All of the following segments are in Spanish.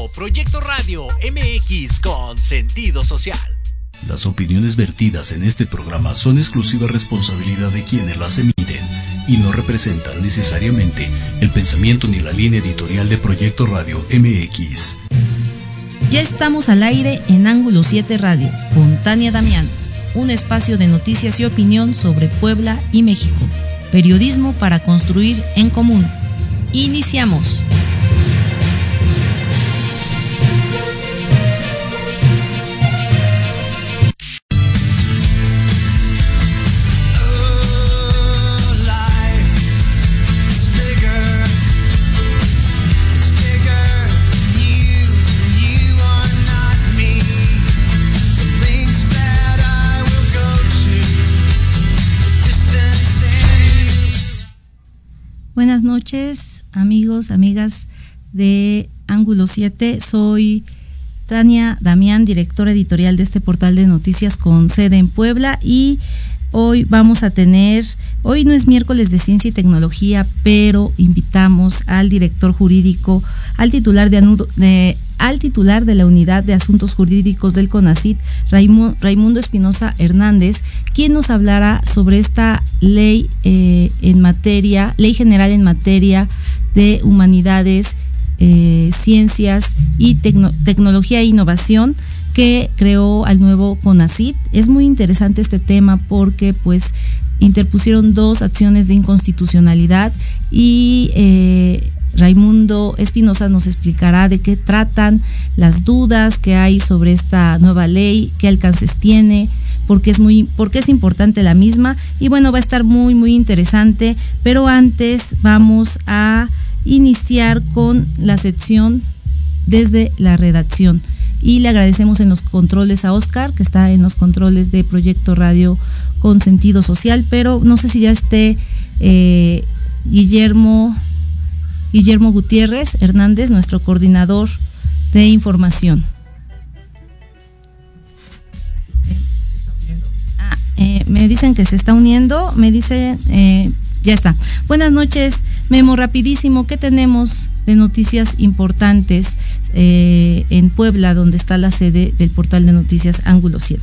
Proyecto Radio MX con sentido social. Las opiniones vertidas en este programa son exclusiva responsabilidad de quienes las emiten y no representan necesariamente el pensamiento ni la línea editorial de Proyecto Radio MX. Ya estamos al aire en Ángulo 7 Radio con Tania Damián, un espacio de noticias y opinión sobre Puebla y México. Periodismo para construir en común. Iniciamos. Buenas noches, amigos, amigas de Ángulo 7. Soy Tania Damián, directora editorial de este portal de noticias con sede en Puebla, y hoy hoy no es miércoles de ciencia y tecnología, pero invitamos al director jurídico, al titular de la Unidad de Asuntos Jurídicos del CONACYT, Raimundo Espinosa Hernández, quien nos hablará sobre esta ley general en materia de humanidades, ciencias y tecnología e innovación que creó al nuevo CONACYT. Es muy interesante este tema porque pues interpusieron 2 acciones de inconstitucionalidad y Raimundo Espinosa nos explicará de qué tratan, las dudas que hay sobre esta nueva ley, qué alcances tiene, por qué es importante la misma, y bueno, va a estar muy muy interesante. Pero antes vamos a iniciar con la sección desde la redacción, y le agradecemos en los controles a Oscar, que está en los controles de Proyecto Radio con sentido social, pero no sé si ya esté Guillermo Gutiérrez Hernández, nuestro coordinador de información. Me dicen que se está uniendo, ya está. Buenas noches, Memo, rapidísimo, ¿qué tenemos de noticias importantes en Puebla, donde está la sede del portal de noticias Ángulo 7?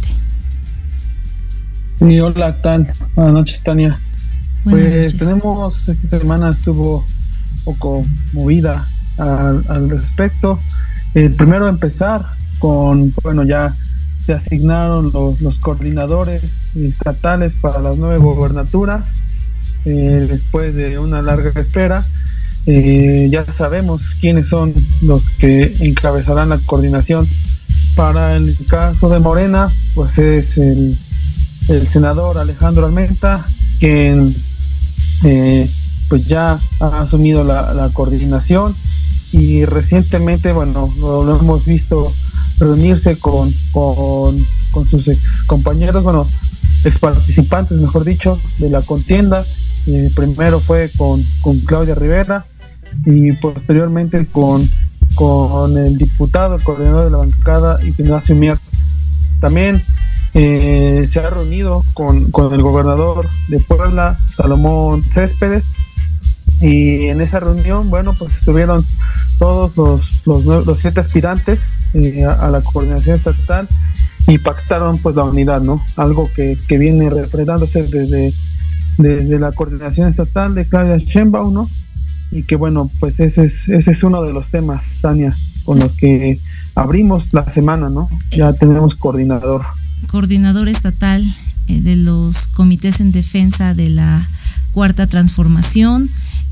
Sí, hola, buenas noches, Tania. Buenas noches. Tenemos, esta semana estuvo poco movida al respecto. Primero empezar con, ya se asignaron los coordinadores estatales para las 9 gobernaturas, después de una larga espera. Ya sabemos quiénes son los que encabezarán la coordinación. Para el caso de Morena, pues es el senador Alejandro Armenta, quien pues ya ha asumido la coordinación, y recientemente lo hemos visto reunirse con sus ex compañeros, ex participantes, mejor dicho, de la contienda. Primero fue con Claudia Rivera y posteriormente con el diputado, el coordinador de la bancada, Ignacio Mier. También se ha reunido con el gobernador de Puebla, Salomón Céspedes, y en esa reunión, pues estuvieron todos los 7 aspirantes a la coordinación estatal, y pactaron pues la unidad, ¿no? Algo que viene refrendándose desde la coordinación estatal de Claudia Sheinbaum, ¿no? Y que pues ese es uno de los temas, Tania, con los que abrimos la semana, ¿no? Ya tenemos coordinador estatal de los comités en defensa de la Cuarta Transformación.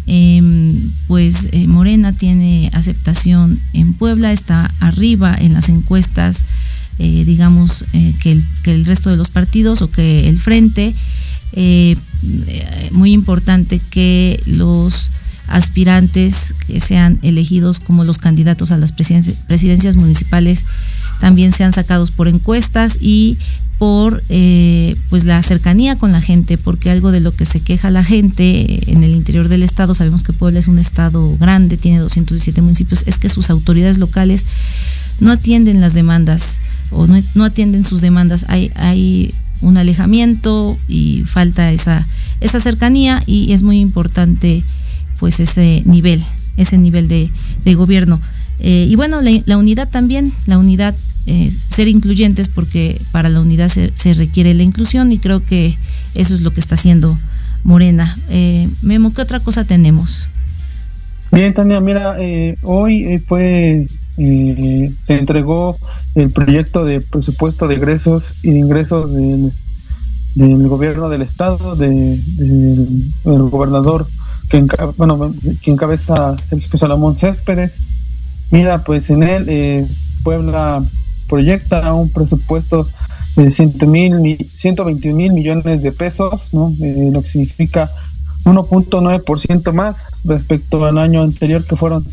Morena tiene aceptación en Puebla, está arriba en las encuestas, que el resto de los partidos, o que el Frente. Muy importante que los aspirantes que sean elegidos como los candidatos a las presidencias municipales también sean sacados por encuestas y por la cercanía con la gente, porque algo de lo que se queja la gente en el interior del estado, sabemos que Puebla es un estado grande, tiene 217 municipios, es que sus autoridades locales no atienden las demandas, o no atienden sus demandas. Hay un alejamiento y falta esa cercanía, y es muy importante pues ese nivel de gobierno. Y bueno, la unidad también, ser incluyentes, porque para la unidad se requiere la inclusión, y creo que eso es lo que está haciendo Morena. Memo, ¿qué otra cosa tenemos? Bien, Tania, mira, hoy se entregó el proyecto de presupuesto de egresos y de ingresos del gobierno del estado, del gobernador que encabeza Sergio Salomón Céspedes. Mira, pues en él Puebla proyecta un presupuesto de 121 mil millones de pesos, ¿no? Lo que significa 1.9% más respecto al año anterior, que fueron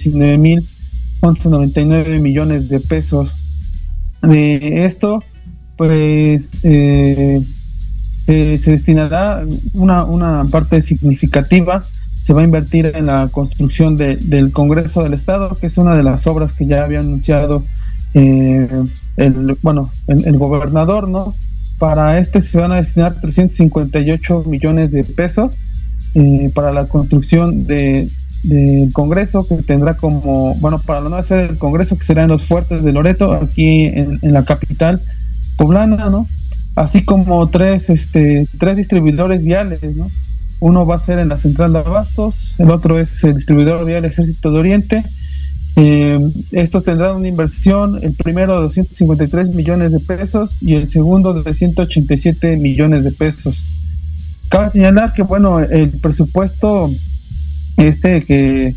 119.1199 millones de pesos. De esto, pues se destinará una parte significativa, se va a invertir en la construcción del Congreso del Estado, que es una de las obras que ya había anunciado el gobernador, ¿no? Para se van a destinar 358 millones de pesos para la construcción del Congreso, que tendrá para la nueva sede del Congreso, que será en los Fuertes de Loreto, aquí en la capital poblana, ¿no? Así como tres distribuidores viales, ¿no? Uno va a ser en la Central de Abastos, el otro es el distribuidor vial Ejército de Oriente. Estos tendrán una inversión, el primero de 253 millones de pesos y el segundo de 187 millones de pesos. Cabe señalar que el presupuesto que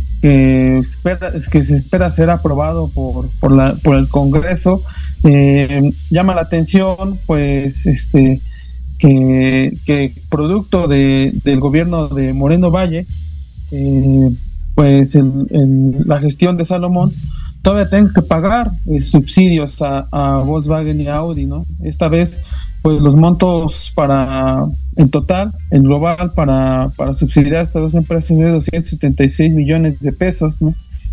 se espera ser aprobado por el Congreso llama la atención, pues que producto del gobierno de Moreno Valle, pues la gestión de Salomón todavía tienen que pagar subsidios a Volkswagen y Audi, ¿no? Esta vez, pues los montos en global para subsidiar a estas dos empresas es de 276 millones de pesos, ¿no?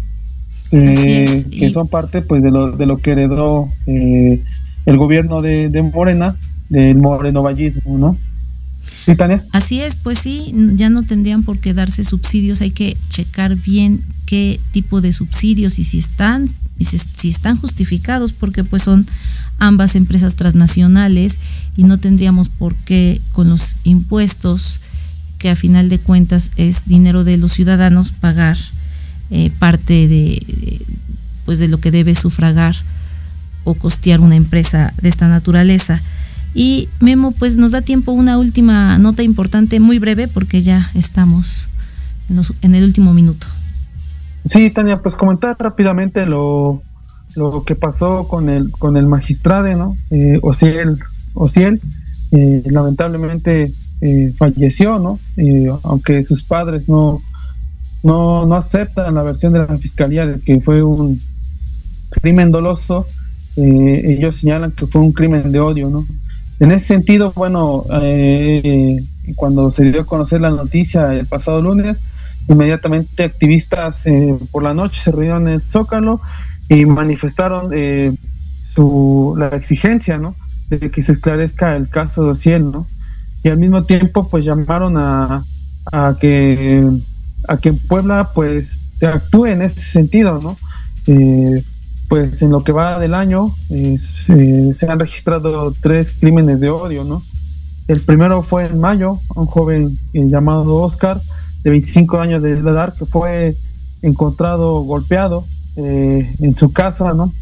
Que son parte, pues, de lo que heredó el gobierno de Morena, del morenovallismo, ¿no? ¿Sí, Tania? Así es, pues sí, ya no tendrían por qué darse subsidios. Hay que checar bien qué tipo de subsidios y si están justificados, porque pues son ambas empresas transnacionales y no tendríamos por qué, con los impuestos, que a final de cuentas es dinero de los ciudadanos, pagar parte de lo que debe sufragar o costear una empresa de esta naturaleza. Y Memo, pues nos da tiempo una última nota importante, muy breve, porque ya estamos en el último minuto. Sí, Tania, pues comentar rápidamente lo que pasó con el magistrado, ¿no? Ociel, lamentablemente falleció, ¿no? Aunque sus padres no aceptan la versión de la fiscalía de que fue un crimen doloso, ellos señalan que fue un crimen de odio, ¿no? En ese sentido, cuando se dio a conocer la noticia el pasado lunes, inmediatamente activistas por la noche se reunieron en el Zócalo y manifestaron la exigencia, ¿no?, de que se esclarezca el caso de Ociel, ¿no? Y al mismo tiempo, pues, llamaron a que en Puebla, pues, se actúe en ese sentido, ¿no? Pues en lo que va del año se han registrado 3 crímenes de odio, ¿no? El primero fue en mayo, un joven llamado Oscar, de 25 años de edad, que fue encontrado golpeado en su casa, ¿no?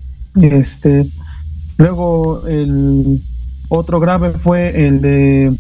Luego el otro grave fue el de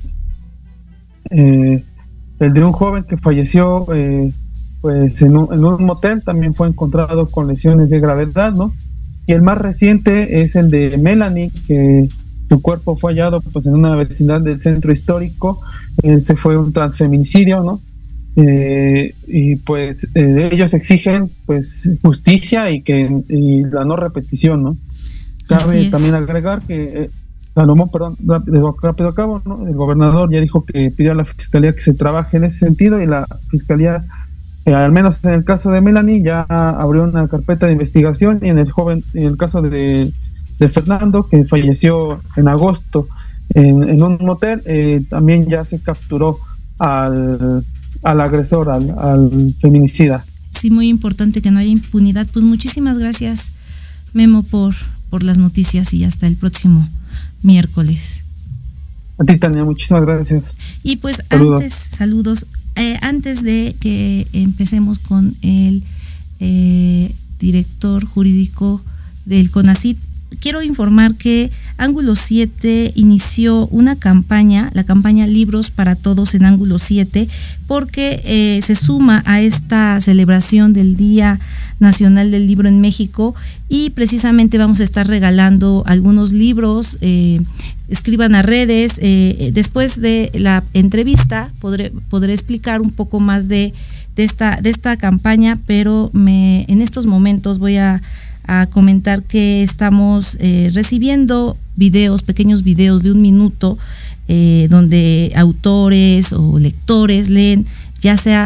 un joven que falleció pues en un motel, también fue encontrado con lesiones de gravedad, ¿no? Y el más reciente es el de Melanie, que su cuerpo fue hallado, pues, en una vecindad del centro histórico. Este fue un transfeminicidio, ¿no? Y pues ellos exigen, pues, justicia y la no repetición, ¿no? Cabe también agregar que Salomón, rápido acabo, ¿no? El gobernador ya dijo que pidió a la fiscalía que se trabaje en ese sentido, y la fiscalía, al menos en el caso de Melanie, ya abrió una carpeta de investigación, y en el caso de Fernando, que falleció en agosto en un motel, también ya se capturó al agresor, al feminicida. sí, muy importante que no haya impunidad. Pues muchísimas gracias, Memo, por las noticias y hasta el próximo miércoles. A ti, Tania, muchísimas gracias. Y pues saludos. Antes de que empecemos con el director jurídico del CONACYT, quiero informar que Ángulo 7 inició una campaña, la campaña Libros para Todos en Ángulo 7, porque se suma a esta celebración del Día Nacional del Libro en México, y precisamente vamos a estar regalando algunos libros. Escriban a redes. Después de la entrevista podré explicar un poco más de esta campaña, pero en estos momentos voy a comentar que estamos recibiendo pequeños videos de 1 minuto, donde autores o lectores leen ya sea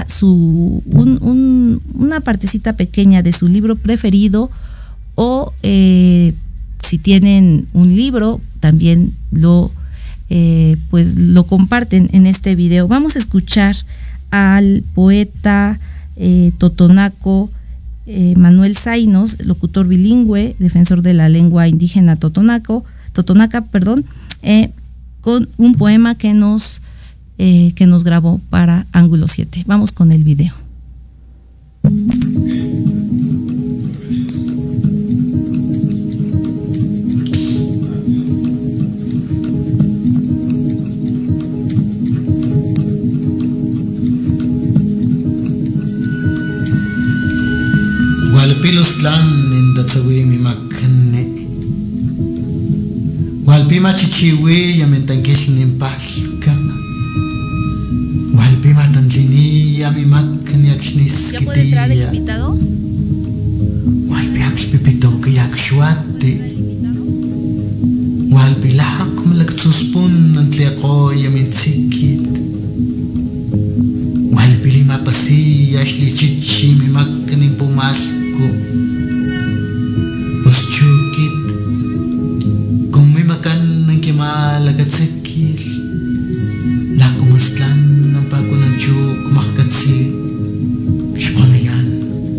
una partecita pequeña de su libro preferido, o si tienen un libro también lo comparten en este video. Vamos a escuchar al poeta totonaco Manuel Zainos, locutor bilingüe, defensor de la lengua indígena totonaca, con un poema que nos grabó para Ángulo 7. Vamos con el video. Walpilustlan indatsawi mi makne walpima chichiwi yamentankish nimpalka walpima tantlini yami makne yakshniskitiya. ¿Ya puede entrar el invitado? Walpi akshpipito que yakshwate walpi lahakum laktsuspun antliaqo yamintsikit walpi lima pasi yashli chichi mi makne pumalko pues chukit kung may makan ng kimalagatsakil la kumaslan ng pako ng chuk kumakatsi kishko na yan.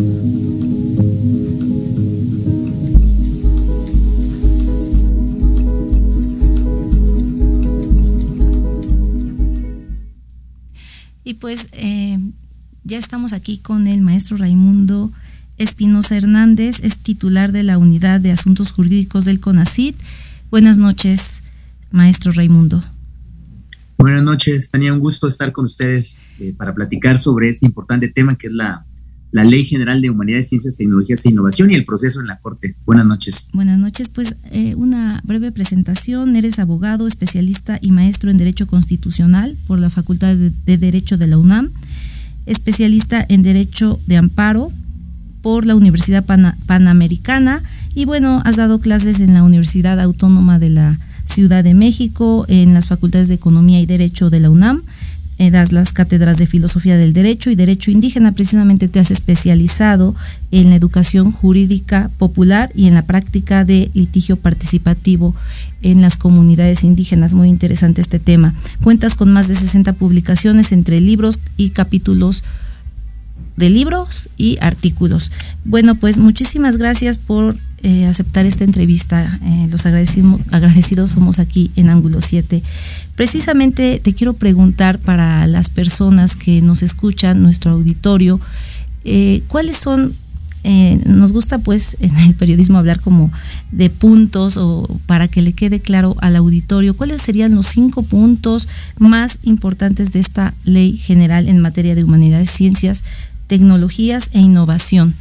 Y pues ya estamos aquí con el maestro Raimundo Espinosa Hernández, es titular de la Unidad de Asuntos Jurídicos del CONACYT. Buenas noches, maestro Raimundo. Buenas noches, Tania, un gusto estar con ustedes para platicar sobre este importante tema que es la Ley General de Humanidades, Ciencias, Tecnologías e Innovación y el proceso en la Corte. Buenas noches. Buenas noches, pues una breve presentación. Eres abogado, especialista y maestro en Derecho Constitucional por la Facultad de Derecho de la UNAM, especialista en Derecho de Amparo por la Universidad Panamericana, y bueno, has dado clases en la Universidad Autónoma de la Ciudad de México, en las facultades de Economía y Derecho de la UNAM, das las cátedras de Filosofía del Derecho y Derecho Indígena. Precisamente te has especializado en la educación jurídica popular y en la práctica de litigio participativo en las comunidades indígenas. Muy interesante este tema. Cuentas con más de 60 publicaciones entre libros y capítulos de libros y artículos. Bueno, pues muchísimas gracias por aceptar esta entrevista. Los agradecidos somos aquí en Ángulo 7. Precisamente te quiero preguntar, para las personas que nos escuchan, nuestro auditorio, ¿cuáles son, nos gusta pues en el periodismo hablar como de puntos, o para que le quede claro al auditorio, cuáles serían los 5 puntos más importantes de esta ley general en materia de humanidades, ciencias, tecnologías e innovación?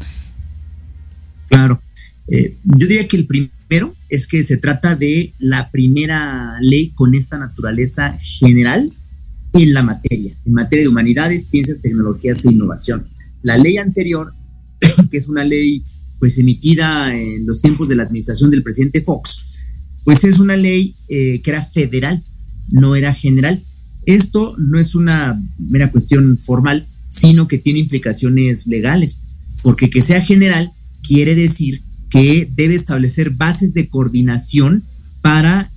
Claro, yo diría que el primero es que se trata de la primera ley con esta naturaleza general en materia de humanidades, ciencias, tecnologías e innovación. La ley anterior, que es una ley pues emitida en los tiempos de la administración del presidente Fox, pues es una ley que era federal, no era general. Esto no es una mera cuestión formal, sino que tiene implicaciones legales, porque que sea general quiere decir que debe establecer bases de coordinación para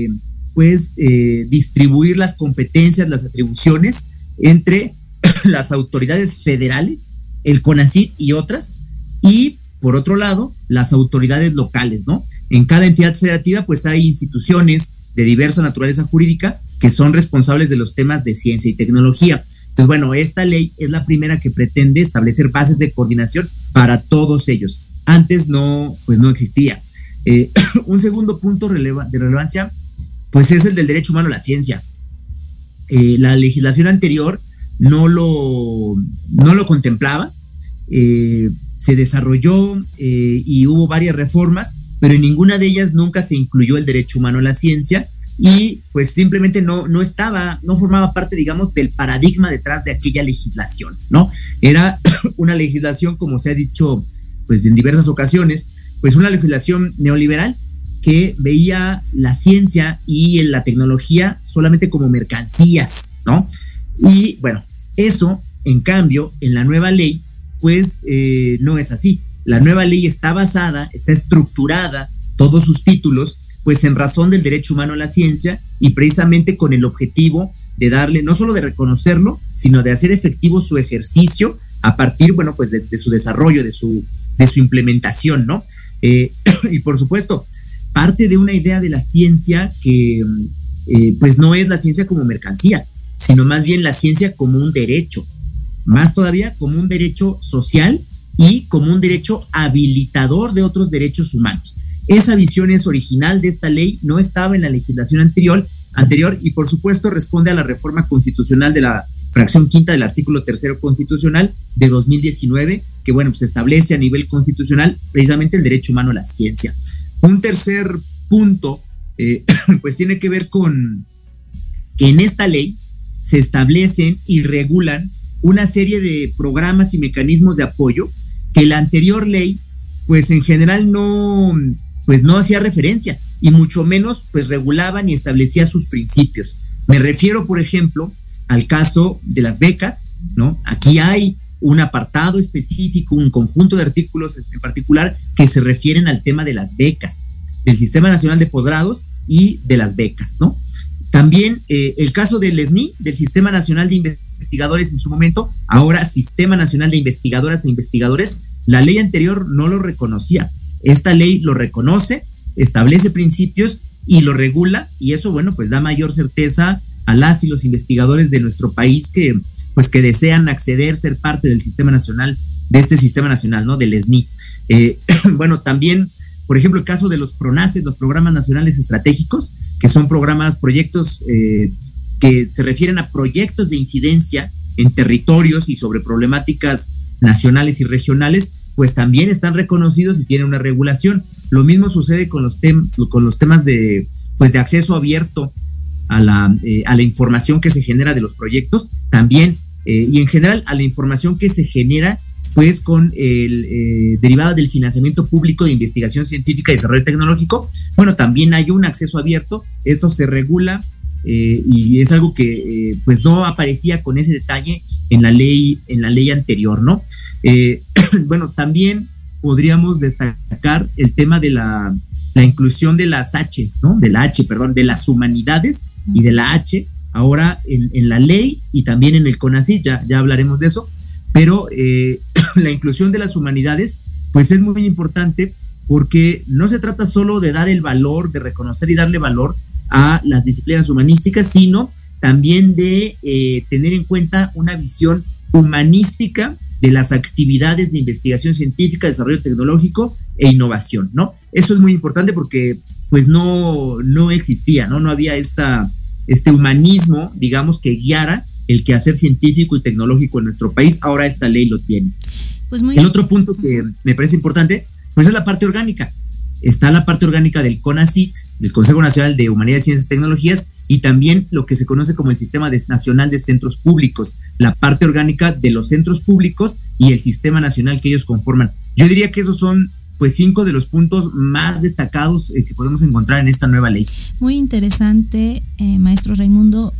distribuir las competencias, las atribuciones entre las autoridades federales el CONACYT y otras, y por otro lado, las autoridades locales, ¿no? En cada entidad federativa, pues hay instituciones de diversa naturaleza jurídica que son responsables de los temas de ciencia y tecnología. Entonces, bueno, esta ley es la primera que pretende establecer bases de coordinación para todos ellos. Antes pues no existía. Un segundo punto de relevancia, pues es el del derecho humano a la ciencia. La legislación anterior no lo contemplaba, se desarrolló y hubo varias reformas, pero en ninguna de ellas nunca se incluyó el derecho humano a la ciencia y pues simplemente no formaba parte, digamos, del paradigma detrás de aquella legislación, ¿no? Era una legislación, como se ha dicho pues en diversas ocasiones, pues una legislación neoliberal que veía la ciencia y la tecnología solamente como mercancías, ¿no? Y bueno, eso, en cambio, en la nueva ley, pues no es así. La nueva ley está estructurada, todos sus títulos, pues en razón del derecho humano a la ciencia y precisamente con el objetivo de darle, no solo de reconocerlo, sino de hacer efectivo su ejercicio a partir, bueno, pues de su desarrollo, de su implementación, ¿no? Y por supuesto, parte de una idea de la ciencia que pues no es la ciencia como mercancía, sino más bien la ciencia como un derecho, más todavía como un derecho social y como un derecho habilitador de otros derechos humanos. Esa visión es original de esta ley, no estaba en la legislación anterior y por supuesto responde a la reforma constitucional de la fracción quinta del artículo 3 constitucional de 2019, que bueno, pues establece a nivel constitucional precisamente el derecho humano a la ciencia. Un tercer punto, pues tiene que ver con que en esta ley se establecen y regulan una serie de programas y mecanismos de apoyo que la anterior ley, pues en general no hacía referencia y mucho menos pues regulaban y establecía sus principios. Me refiero, por ejemplo, al caso de las becas, ¿no? Aquí hay un apartado específico, un conjunto de artículos en particular que se refieren al tema de las becas, del Sistema Nacional de Posgrados y de las becas, ¿no? También el caso del SNI, del Sistema Nacional de Investigadores en su momento, ahora Sistema Nacional de Investigadoras e Investigadores, la ley anterior no lo reconocía. Esta ley lo reconoce, establece principios y lo regula, y eso, bueno, pues da mayor certeza a las y los investigadores de nuestro país que desean acceder, ser parte del sistema nacional, de este sistema nacional, ¿no? Del SNI. Bueno, también, por ejemplo, el caso de los PRONACES, los Programas Nacionales Estratégicos, que son proyectos que se refieren a proyectos de incidencia en territorios y sobre problemáticas nacionales y regionales, pues también están reconocidos y tienen una regulación. Lo mismo sucede con los temas de acceso abierto a la información que se genera de los proyectos, también, y en general a la información que se genera pues con derivada del financiamiento público de investigación científica y desarrollo tecnológico. Bueno, también hay un acceso abierto, esto se regula y es algo que pues no aparecía con ese detalle en la ley anterior, ¿no? Bueno, también podríamos destacar el tema de la inclusión de las H's, ¿no? De las humanidades y de la H, ahora en la ley y también en el CONACYT, ya hablaremos de eso, pero la inclusión de las humanidades, pues es muy importante porque no se trata solo de dar el valor, de reconocer y darle valor a las disciplinas humanísticas, sino también de tener en cuenta una visión humanística de las actividades de investigación científica, desarrollo tecnológico e innovación, ¿no? Eso es muy importante porque pues no existía, no había este humanismo, digamos, que guiara el quehacer científico y tecnológico en nuestro país. Ahora esta ley lo tiene. Pues el otro punto que me parece importante, pues es la parte orgánica. Está la parte orgánica del CONACYT, del Consejo Nacional de Humanidades, Ciencias y Tecnologías, y también lo que se conoce como el Sistema Nacional de Centros Públicos, la parte orgánica de los centros públicos y el sistema nacional que ellos conforman. Yo diría que esos son pues 5 de los puntos más destacados que podemos encontrar en esta nueva ley. Muy interesante, maestro Raimundo.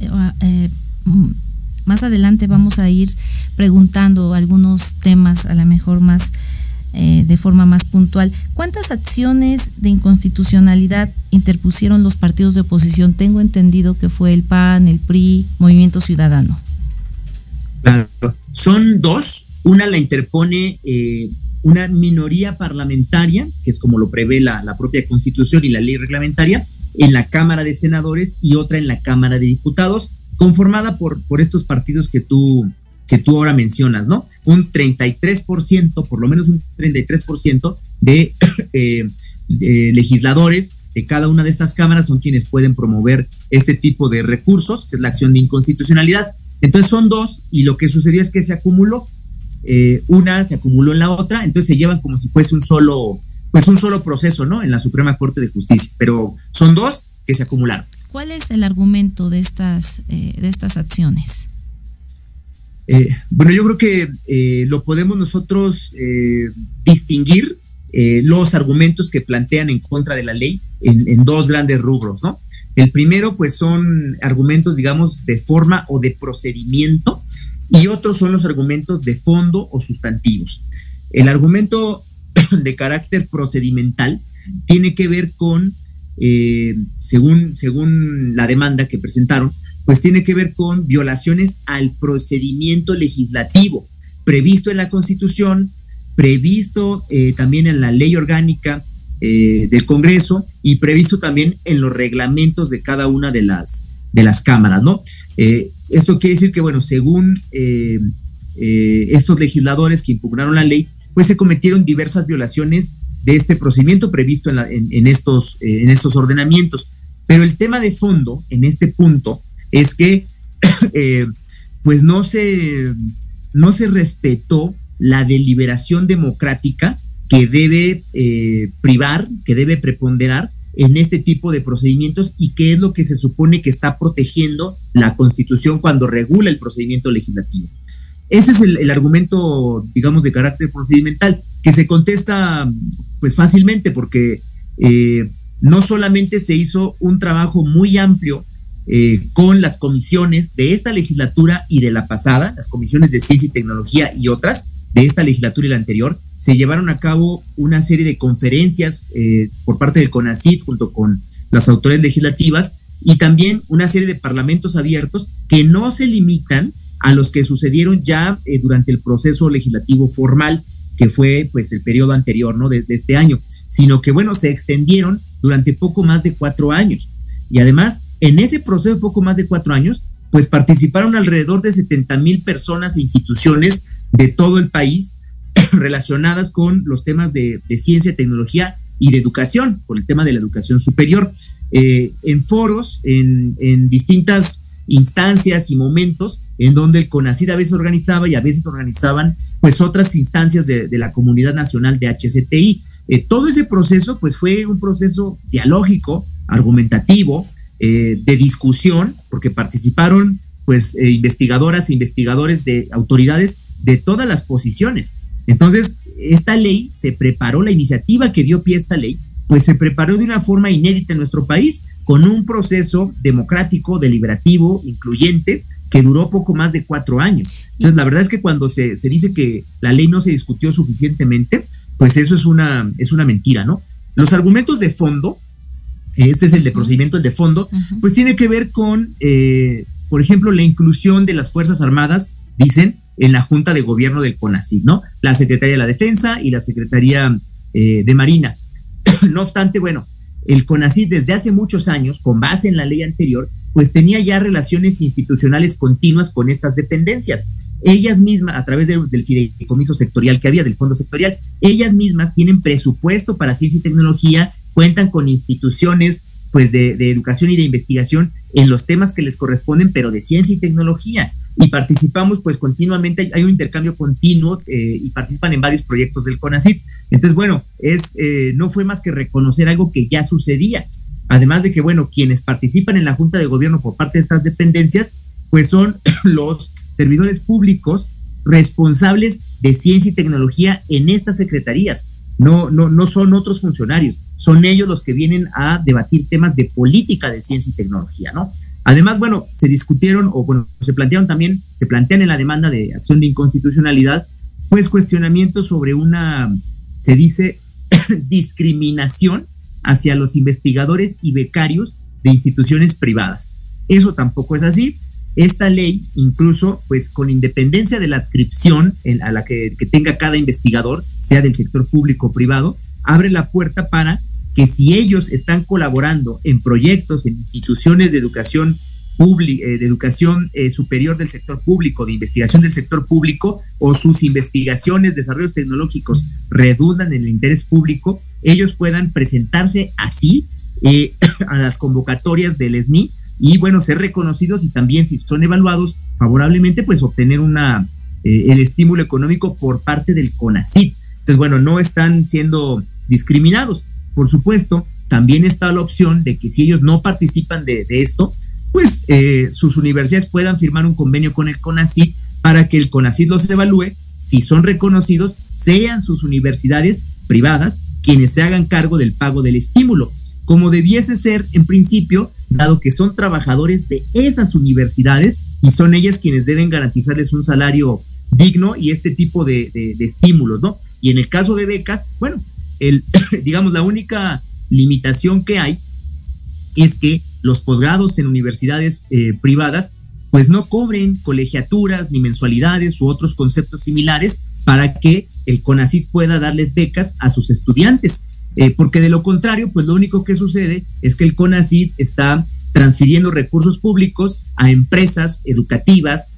Más adelante vamos a ir preguntando algunos temas, a lo mejor más de forma más puntual. ¿Cuántas acciones de inconstitucionalidad interpusieron los partidos de oposición? Tengo entendido que fue el PAN, el PRI, Movimiento Ciudadano. Claro, son 2 Una la interpone una minoría parlamentaria, que es como lo prevé la propia Constitución y la ley reglamentaria, en la Cámara de Senadores y otra en la Cámara de Diputados, conformada por estos partidos que tú ahora mencionas, ¿no? Un 33%, por lo menos un 33% de legisladores de cada una de estas cámaras son quienes pueden promover este tipo de recursos, que es la acción de inconstitucionalidad. Entonces son dos, y lo que sucedió es que se acumuló. Una se acumuló en la otra, entonces se llevan como si fuese un solo proceso, ¿no? En la Suprema Corte de Justicia, pero son dos que se acumularon. ¿Cuál es el argumento de estas acciones? Bueno, yo creo que lo podemos nosotros distinguir los argumentos que plantean en contra de la ley en dos grandes rubros, ¿no? El primero, pues, son argumentos, digamos, de forma o de procedimiento, y otros son los argumentos de fondo o sustantivos. El argumento de carácter procedimental tiene que ver con, según la demanda que presentaron, pues tiene que ver con violaciones al procedimiento legislativo previsto en la Constitución, previsto también en la ley orgánica del Congreso y previsto también en los reglamentos de cada una de las cámaras, ¿no? Esto quiere decir que, bueno, según estos legisladores que impugnaron la ley, pues se cometieron diversas violaciones de este procedimiento previsto en estos ordenamientos. Pero el tema de fondo en este punto es que pues no se respetó la deliberación democrática que debe privar, que debe preponderar en este tipo de procedimientos, y que es lo que se supone que está protegiendo la Constitución cuando regula el procedimiento legislativo. Ese es el argumento, digamos, de carácter procedimental, que se contesta pues fácilmente, porque no solamente se hizo un trabajo muy amplio con las comisiones de esta legislatura y de la pasada, las comisiones de Ciencia y Tecnología y otras de esta legislatura y la anterior. Se llevaron a cabo una serie de conferencias por parte del CONACYT junto con las autoridades legislativas, y también una serie de parlamentos abiertos que no se limitan a los que sucedieron ya durante el proceso legislativo formal, que fue pues el periodo anterior, ¿no? de este año, sino que, bueno, se extendieron durante poco más de 4 años. Y además, en ese proceso de poco más de 4 años, pues participaron alrededor de 70,000 personas e instituciones de todo el país relacionadas con los temas de ciencia, tecnología y de educación, por el tema de la educación superior, en foros, en distintas instancias y momentos en donde el CONACYT a veces organizaba y a veces organizaban pues otras instancias de la Comunidad Nacional de HCTI. Todo ese proceso pues fue un proceso dialógico, argumentativo, de discusión, porque participaron pues investigadoras e investigadores de autoridades de todas las posiciones. Entonces, esta ley se preparó, la iniciativa que dio pie a esta ley, pues se preparó de una forma inédita en nuestro país, con un proceso democrático, deliberativo, incluyente, que duró poco más de 4 años. Entonces, la verdad es que cuando se dice que la ley no se discutió suficientemente, pues eso es una mentira, ¿no? Los argumentos de fondo, este es el de procedimiento, el de fondo, pues tiene que ver con, por ejemplo, la inclusión de las Fuerzas Armadas, dicen, en la Junta de Gobierno del CONACYT, ¿no? La Secretaría de la Defensa y la Secretaría de Marina. No obstante, bueno, el CONACYT desde hace muchos años, con base en la ley anterior, pues tenía ya relaciones institucionales continuas con estas dependencias. Ellas mismas, a través del fideicomiso sectorial que había, del fondo sectorial, ellas mismas tienen presupuesto para ciencia y tecnología, cuentan con instituciones pues de educación y de investigación en los temas que les corresponden, pero de ciencia y tecnología. Y participamos pues continuamente, hay un intercambio continuo y participan en varios proyectos del CONACYT. Entonces, bueno, no fue más que reconocer algo que ya sucedía. Además de que, bueno, quienes participan en la Junta de Gobierno por parte de estas dependencias, pues son los servidores públicos responsables de ciencia y tecnología en estas secretarías. No son otros funcionarios, son ellos los que vienen a debatir temas de política de ciencia y tecnología, ¿no? Además, bueno, se plantean en la demanda de acción de inconstitucionalidad, pues cuestionamientos sobre se dice, discriminación hacia los investigadores y becarios de instituciones privadas. Eso tampoco es así. esta ley, incluso, pues con independencia de la adscripción a la que tenga cada investigador, sea del sector público o privado, abre la puerta para que si ellos están colaborando en proyectos, en instituciones de educación superior del sector público, de investigación del sector público, o sus investigaciones, desarrollos tecnológicos redundan en el interés público, ellos puedan presentarse así a las convocatorias del SNI y, bueno, ser reconocidos, y también, si son evaluados favorablemente, pues obtener el estímulo económico por parte del CONACYT. Entonces, bueno, no están siendo discriminados. Por supuesto, también está la opción de que si ellos no participan de esto, pues sus universidades puedan firmar un convenio con el CONACYT para que el CONACYT los evalúe. Si son reconocidos, sean sus universidades privadas quienes se hagan cargo del pago del estímulo, como debiese ser en principio, dado que son trabajadores de esas universidades y son ellas quienes deben garantizarles un salario digno y este tipo de estímulos, ¿no? Y en el caso de becas, bueno, digamos, la única limitación que hay es que los posgrados en universidades privadas pues no cobren colegiaturas ni mensualidades u otros conceptos similares para que el CONACYT pueda darles becas a sus estudiantes, porque de lo contrario, pues lo único que sucede es que el CONACYT está transfiriendo recursos públicos a empresas educativas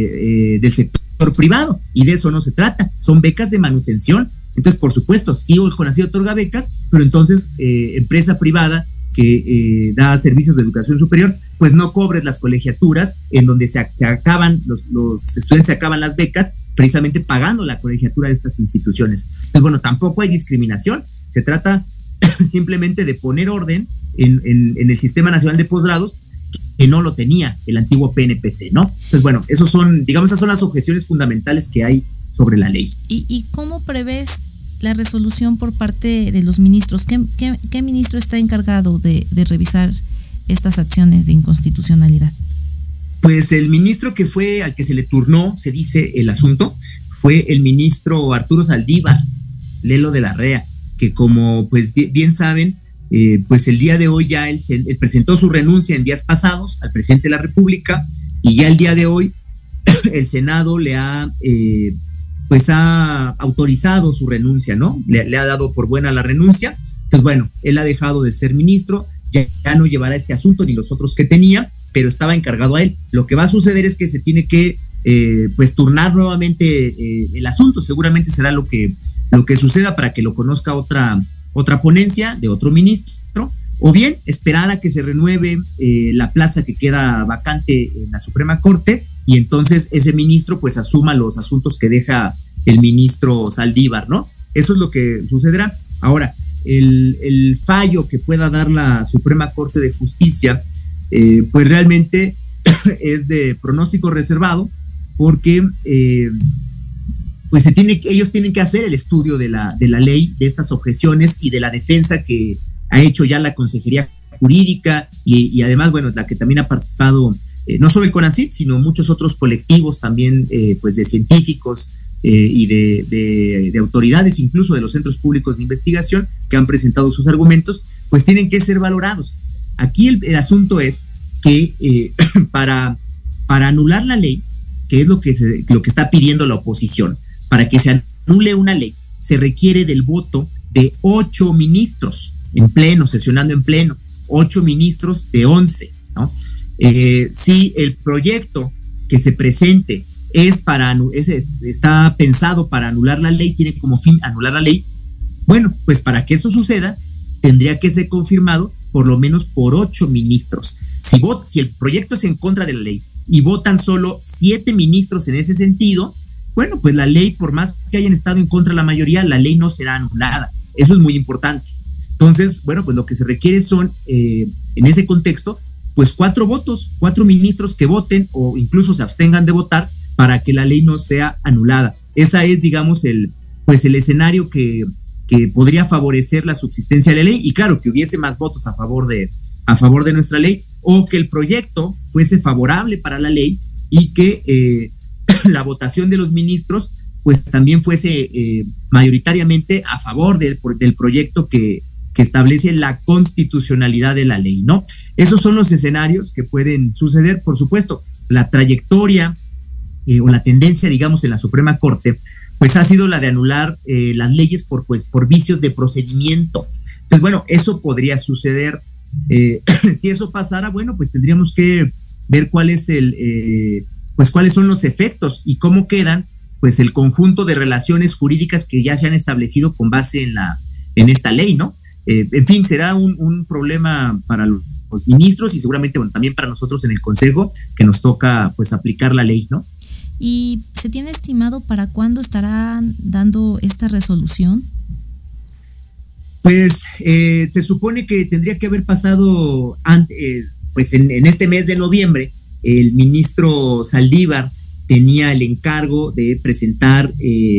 del sector privado, y de eso no se trata, son becas de manutención. Entonces, por supuesto, sí, el CONACYT otorga becas, pero entonces empresa privada que da servicios de educación superior, pues no cobres las colegiaturas en donde se acaban, los estudiantes se acaban las becas precisamente pagando la colegiatura de estas instituciones. Entonces, bueno, tampoco hay discriminación, se trata simplemente de poner orden en el Sistema Nacional de Posgrados, que no lo tenía el antiguo PNPC, ¿no? Entonces, bueno, esas son las objeciones fundamentales que hay sobre la ley. ¿Y cómo prevés la resolución por parte de los ministros? ¿Qué ministro está encargado de revisar estas acciones de inconstitucionalidad? Pues el ministro que fue al que se le turnó, se dice, el asunto, fue el ministro Arturo Saldívar, Lelo de la Rea, que, como pues bien saben, pues el día de hoy ya él presentó su renuncia en días pasados al presidente de la República, y ya el día de hoy el Senado le ha autorizado su renuncia, ¿no? Le ha dado por buena la renuncia. Entonces, bueno, él ha dejado de ser ministro, ya no llevará este asunto ni los otros que tenía, pero estaba encargado a él. Lo que va a suceder es que se tiene que turnar nuevamente el asunto. Seguramente será lo que suceda para que lo conozca otra ponencia de otro ministro, o bien esperar a que se renueve la plaza que queda vacante en la Suprema Corte, y entonces ese ministro pues asuma los asuntos que deja el ministro Saldívar, ¿no? Eso es lo que sucederá. Ahora, el fallo que pueda dar la Suprema Corte de Justicia, pues realmente es de pronóstico reservado, porque pues ellos tienen que hacer el estudio de la ley, de estas objeciones y de la defensa que ha hecho ya la Consejería Jurídica y además, bueno, la que también ha participado no solo el CONACYT, sino muchos otros colectivos también, pues de científicos y de autoridades, incluso de los centros públicos de investigación, que han presentado sus argumentos, pues tienen que ser valorados. Aquí el asunto es que para anular la ley, que es lo que está pidiendo la oposición, para que se anule una ley, se requiere del voto de 8 ministros en pleno, sesionando en pleno, 8 ministros de 11, ¿no? Si el proyecto que se presente está pensado para anular la ley, tiene como fin anular la ley, bueno, pues para que eso suceda, tendría que ser confirmado por lo menos por 8 ministros. Si el proyecto es en contra de la ley y votan solo 7 ministros en ese sentido, bueno, pues la ley, por más que hayan estado en contra la mayoría, la ley no será anulada. Eso es muy importante. Entonces, bueno, pues lo que se requiere son, en ese contexto, pues 4 votos, 4 ministros que voten o incluso se abstengan de votar para que la ley no sea anulada. Esa es, digamos, el escenario que podría favorecer la subsistencia de la ley, y claro, que hubiese más votos a favor de nuestra ley, o que el proyecto fuese favorable para la ley y que la votación de los ministros pues también fuese mayoritariamente a favor del proyecto que establece la constitucionalidad de la ley, ¿no? Esos son los escenarios que pueden suceder. Por supuesto, la trayectoria o la tendencia, digamos, en la Suprema Corte, pues ha sido la de anular las leyes por vicios de procedimiento. Entonces, bueno, eso podría suceder. Si eso pasara, bueno, pues tendríamos que ver cuáles son los efectos y cómo quedan, pues, el conjunto de relaciones jurídicas que ya se han establecido con base en esta ley, ¿no? En fin, será un problema para los ministros y seguramente, bueno, también para nosotros en el Consejo, que nos toca, pues, aplicar la ley, ¿no? ¿Y se tiene estimado para cuándo estarán dando esta resolución? Pues se supone que tendría que haber pasado pues en este mes de noviembre. El ministro Saldívar tenía el encargo de presentar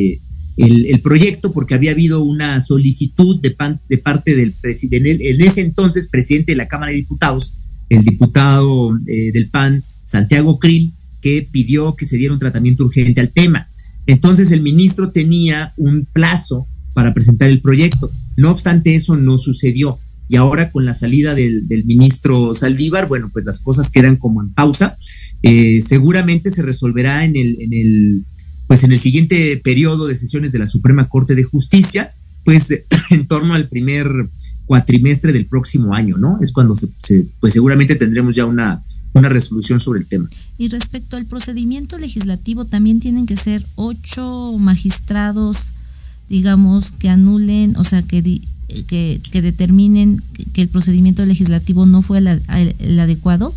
el proyecto, porque había habido una solicitud de parte del presidente, en ese entonces presidente de la Cámara de Diputados, el diputado del PAN, Santiago Krill, que pidió que se diera un tratamiento urgente al tema. Entonces el ministro tenía un plazo para presentar el proyecto. No obstante, eso no sucedió. Y ahora, con la salida del ministro Saldívar, bueno, pues las cosas quedan como en pausa. Seguramente se resolverá en el siguiente periodo de sesiones de la Suprema Corte de Justicia, pues en torno al primer cuatrimestre del próximo año, ¿no? Es cuando pues seguramente tendremos ya una resolución sobre el tema. Y respecto al procedimiento legislativo, también tienen que ser 8 magistrados, digamos, que anulen, o sea, que determinen que el procedimiento legislativo no fue el adecuado.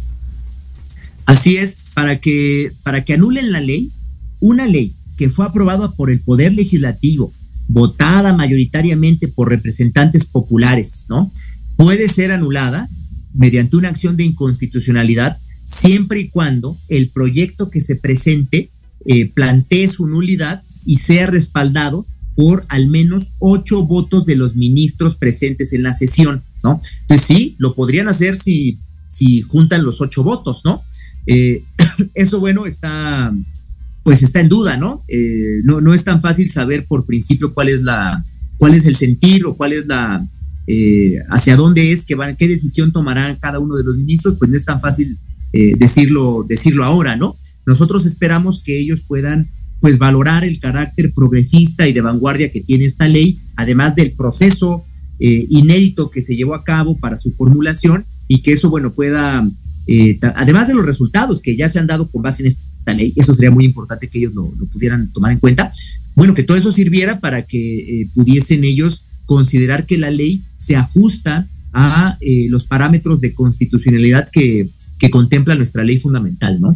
Así es, para que anulen la ley, una ley que fue aprobada por el Poder Legislativo, votada mayoritariamente por representantes populares, ¿no? Puede ser anulada mediante una acción de inconstitucionalidad, siempre y cuando el proyecto que se presente plantee su nulidad y sea respaldado por al menos 8 votos de los ministros presentes en la sesión, ¿no? Entonces sí, lo podrían hacer si juntan los 8 votos, ¿no? Eso, bueno, está en duda, ¿no? No es tan fácil saber por principio cuál es el sentir o cuál es hacia dónde es qué decisión tomará cada uno de los ministros. Pues no es tan fácil decirlo ahora, ¿no? Nosotros esperamos que ellos puedan, pues, valorar el carácter progresista y de vanguardia que tiene esta ley, además del proceso inédito que se llevó a cabo para su formulación, y que eso, bueno, pueda, además de los resultados que ya se han dado con base en esta ley, eso sería muy importante que ellos lo pudieran tomar en cuenta, bueno, que todo eso sirviera para que pudiesen ellos considerar que la ley se ajusta a los parámetros de constitucionalidad que contempla nuestra ley fundamental, ¿no?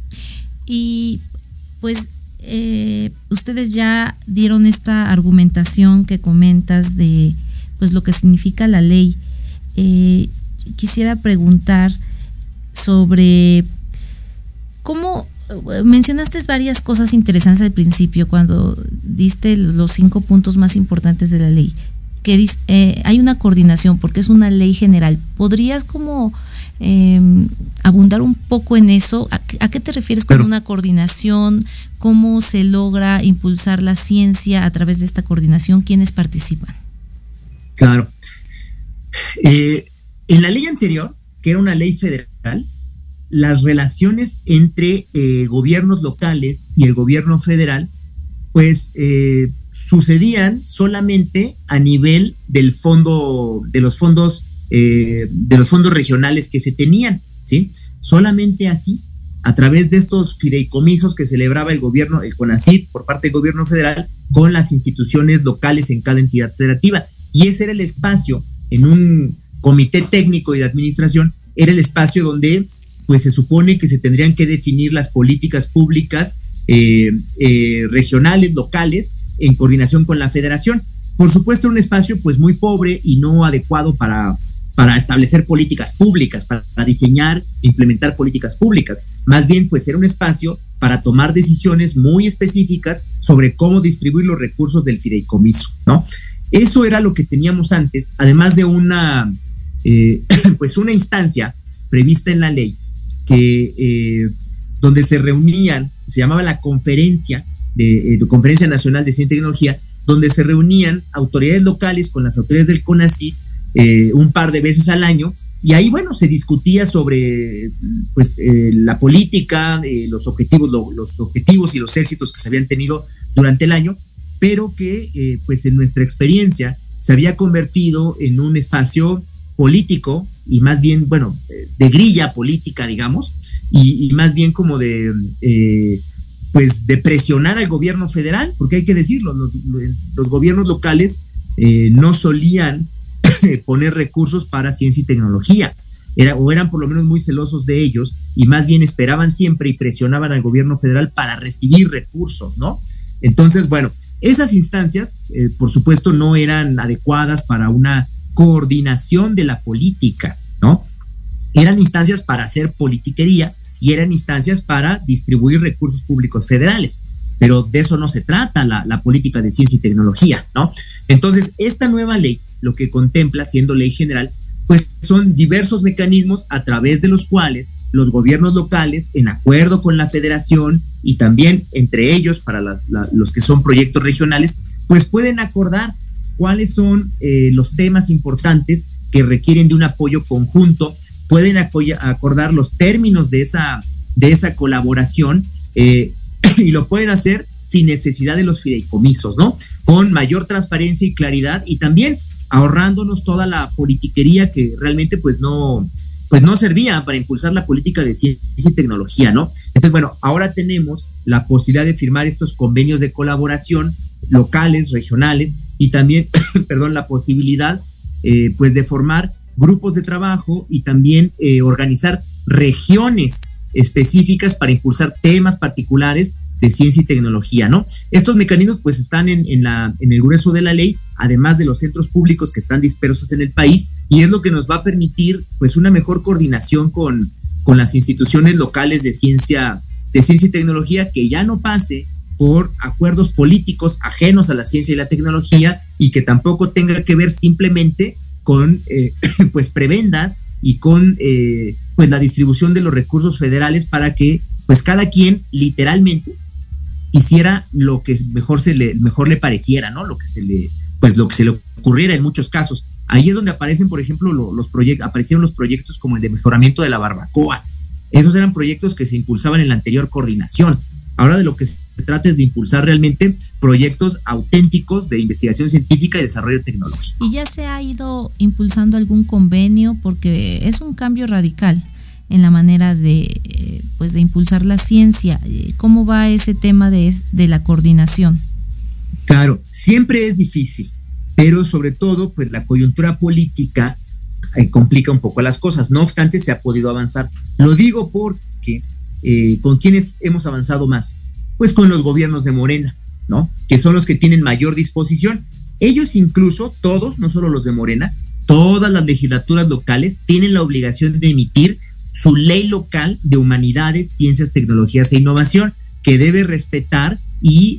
Y pues ustedes ya dieron esta argumentación que comentas de, pues, lo que significa la ley. Quisiera preguntar sobre cómo mencionaste varias cosas interesantes al principio cuando diste los 5 puntos más importantes de la ley, que hay una coordinación porque es una ley general. ¿Podrías como abundar un poco en eso? ¿A qué te refieres con una coordinación? ¿Cómo se logra impulsar la ciencia a través de esta coordinación? ¿Quiénes participan? Claro. En la ley anterior, que era una ley federal, las relaciones entre gobiernos locales y el gobierno federal, pues sucedían solamente a nivel de los fondos regionales que se tenían, ¿sí? Solamente así, a través de estos fideicomisos que celebraba el gobierno, el CONACYT, por parte del gobierno federal, con las instituciones locales en cada entidad federativa. Y ese era el espacio, en un comité técnico y de administración, era el espacio donde, pues, se supone que se tendrían que definir las políticas públicas regionales, locales, en coordinación con la federación. Por supuesto, un espacio, pues, muy pobre y no adecuado para establecer políticas públicas, para diseñar e implementar políticas públicas. Más bien, pues, era un espacio para tomar decisiones muy específicas sobre cómo distribuir los recursos del fideicomiso, ¿no? Eso era lo que teníamos antes, además de una instancia prevista en la ley que donde se reunían, se llamaba la Conferencia Nacional de Ciencia y Tecnología, donde se reunían autoridades locales con las autoridades del CONACYT un par de veces al año Y ahí, bueno, se discutía sobre pues, la política, los objetivos y los éxitos que se habían tenido durante el año, pero que pues en nuestra experiencia se había convertido en un espacio político y más bien, bueno, de grilla política, digamos, y más bien como de pues de presionar al gobierno federal, porque hay que decirlo, los gobiernos locales no solían poner recursos para ciencia y tecnología, eran por lo menos muy celosos de ellos y más bien esperaban siempre y presionaban al gobierno federal para recibir recursos, ¿no? Entonces, bueno, esas instancias, por supuesto, no eran adecuadas para una coordinación de la política, ¿no? Eran instancias para hacer politiquería y eran instancias para distribuir recursos públicos federales, pero de eso no se trata la política de ciencia y tecnología, ¿no? Entonces, esta nueva ley lo que contempla, siendo ley general, pues son diversos mecanismos a través de los cuales los gobiernos locales, en acuerdo con la federación y también entre ellos para los que son proyectos regionales, pues pueden acordar cuáles son los temas importantes que requieren de un apoyo conjunto, pueden acordar los términos de esa colaboración y lo pueden hacer sin necesidad de los fideicomisos, ¿no? Con mayor transparencia y claridad y también ahorrándonos toda la politiquería que realmente pues no servía para impulsar la política de ciencia y tecnología, ¿no? Entonces, bueno, ahora tenemos la posibilidad de firmar estos convenios de colaboración locales, regionales y también, la posibilidad pues de formar grupos de trabajo y también organizar regiones específicas para impulsar temas particulares de ciencia y tecnología, ¿no? Estos mecanismos pues están en el grueso de la ley, además de los centros públicos que están dispersos en el país, y es lo que nos va a permitir pues una mejor coordinación con las instituciones locales de ciencia y tecnología, que ya no pase por acuerdos políticos ajenos a la ciencia y la tecnología y que tampoco tenga que ver simplemente con pues prebendas y con pues la distribución de los recursos federales para que pues cada quien literalmente hiciera lo que mejor le pareciera, ¿no? Lo que se le ocurriera en muchos casos. Ahí es donde aparecen, por ejemplo, aparecieron los proyectos como el de mejoramiento de la barbacoa. Esos eran proyectos que se impulsaban en la anterior coordinación. Ahora de lo que se trata es de impulsar realmente proyectos auténticos de investigación científica y desarrollo tecnológico. ¿Y ya se ha ido impulsando algún convenio? Porque es un cambio radical en la manera de impulsar la ciencia. ¿Cómo va ese tema de la coordinación? Claro, siempre es difícil, pero sobre todo, pues la coyuntura política complica un poco las cosas. No obstante, se ha podido avanzar. Lo digo porque ¿con quiénes hemos avanzado más? Pues con los gobiernos de Morena, ¿no? Que son los que tienen mayor disposición. Ellos incluso, todos, no solo los de Morena, todas las legislaturas locales tienen la obligación de emitir su ley local de humanidades, ciencias, tecnologías e innovación, que debe respetar y